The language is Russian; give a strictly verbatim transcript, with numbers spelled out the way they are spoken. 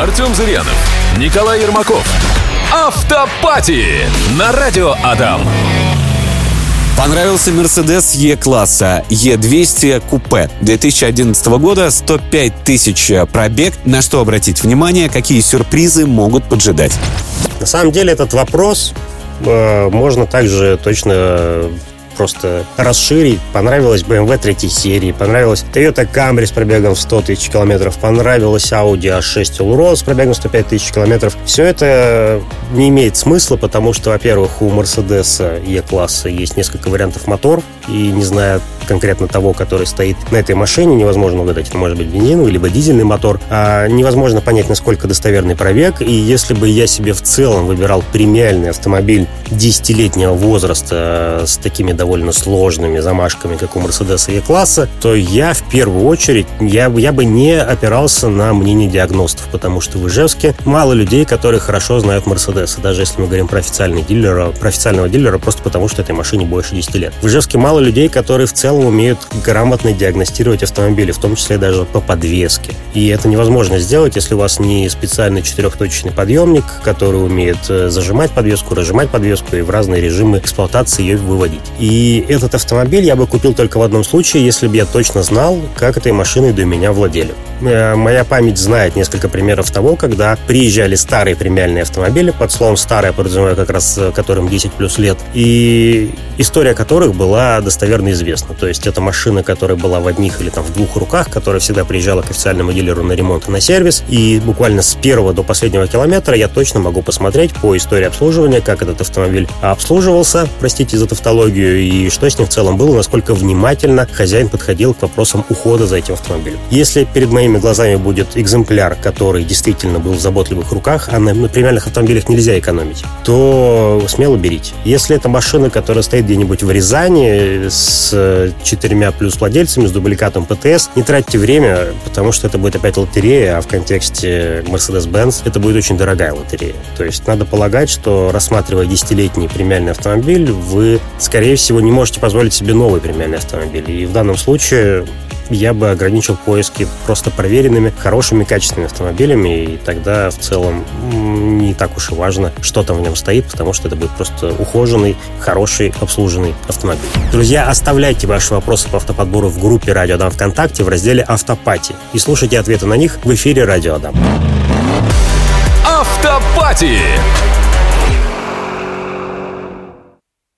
Артем Зырянов, Николай Ермаков. Автопати на радио Адам. Понравился Mercedes E-класса и двести купе две тысячи одиннадцатого года, сто пять тысяч пробег. На что обратить внимание, какие сюрпризы могут поджидать? На самом деле этот вопрос э, можно также точно просто расширить. Понравилась бэ эм вэ третьей серии, понравилась Toyota Camry с пробегом в сто тысяч километров, понравилась Audi а шесть Allroad с пробегом сто пять тысяч километров. Все это не имеет смысла, потому что, во-первых, у Mercedes E-класса есть несколько вариантов моторов, и не зная конкретно того, который стоит на этой машине, невозможно угадать, это может быть бензиновый либо дизельный мотор, а невозможно понять, насколько достоверный пробег. И если бы я себе в целом выбирал премиальный автомобиль десятилетнего возраста с такими довольно сложными замашками, как у Mercedes E-класса, то я в первую очередь, я, я бы не опирался на мнение диагностов, потому что в Ижевске мало людей, которые хорошо знают Mercedes, даже если мы говорим про официального дилера, про официального дилера, просто потому что этой машине больше десяти лет. В Ижевске мало людей, которые в целом умеют грамотно диагностировать автомобили, в том числе даже по подвеске. И это невозможно сделать, если у вас не специальный четырехточечный подъемник, который умеет зажимать подвеску, разжимать подвеску и в разные режимы эксплуатации ее выводить. И этот автомобиль я бы купил только в одном случае, если бы я точно знал, как этой машиной до меня владели. Моя память знает несколько примеров того, когда приезжали старые премиальные автомобили, под словом «старые» подразумеваю как раз которым десять плюс лет, и история которых была достоверно известна. То есть это машина, которая была в одних или там в двух руках, которая всегда приезжала к официальному дилеру на ремонт и на сервис, и буквально с первого до последнего километра я точно могу посмотреть по истории обслуживания, как этот автомобиль обслуживался, простите за тавтологию, и что с ним в целом было, насколько внимательно хозяин подходил к вопросам ухода за этим автомобилем. Если перед моими глазами будет экземпляр, который действительно был в заботливых руках, а на премиальных автомобилях нельзя экономить, то смело берите. Если это машина, которая стоит где-нибудь в Рязани с четырьмя плюс владельцами, с дубликатом пэ тэ эс, не тратьте время, потому что это будет опять лотерея, а в контексте Mercedes-Benz это будет очень дорогая лотерея. То есть надо полагать, что, рассматривая десятилетний премиальный автомобиль, вы, скорее всего, не можете позволить себе новый премиальный автомобиль. И в данном случае я бы ограничил поиски просто проверенными, хорошими, качественными автомобилями, и тогда в целом не так уж и важно, что там в нем стоит, потому что это будет просто ухоженный, хороший, обслуженный автомобиль. Друзья, оставляйте ваши вопросы по автоподбору в группе Радио Адам ВКонтакте в разделе «Автопати» и слушайте ответы на них в эфире Радио Адам. Автопати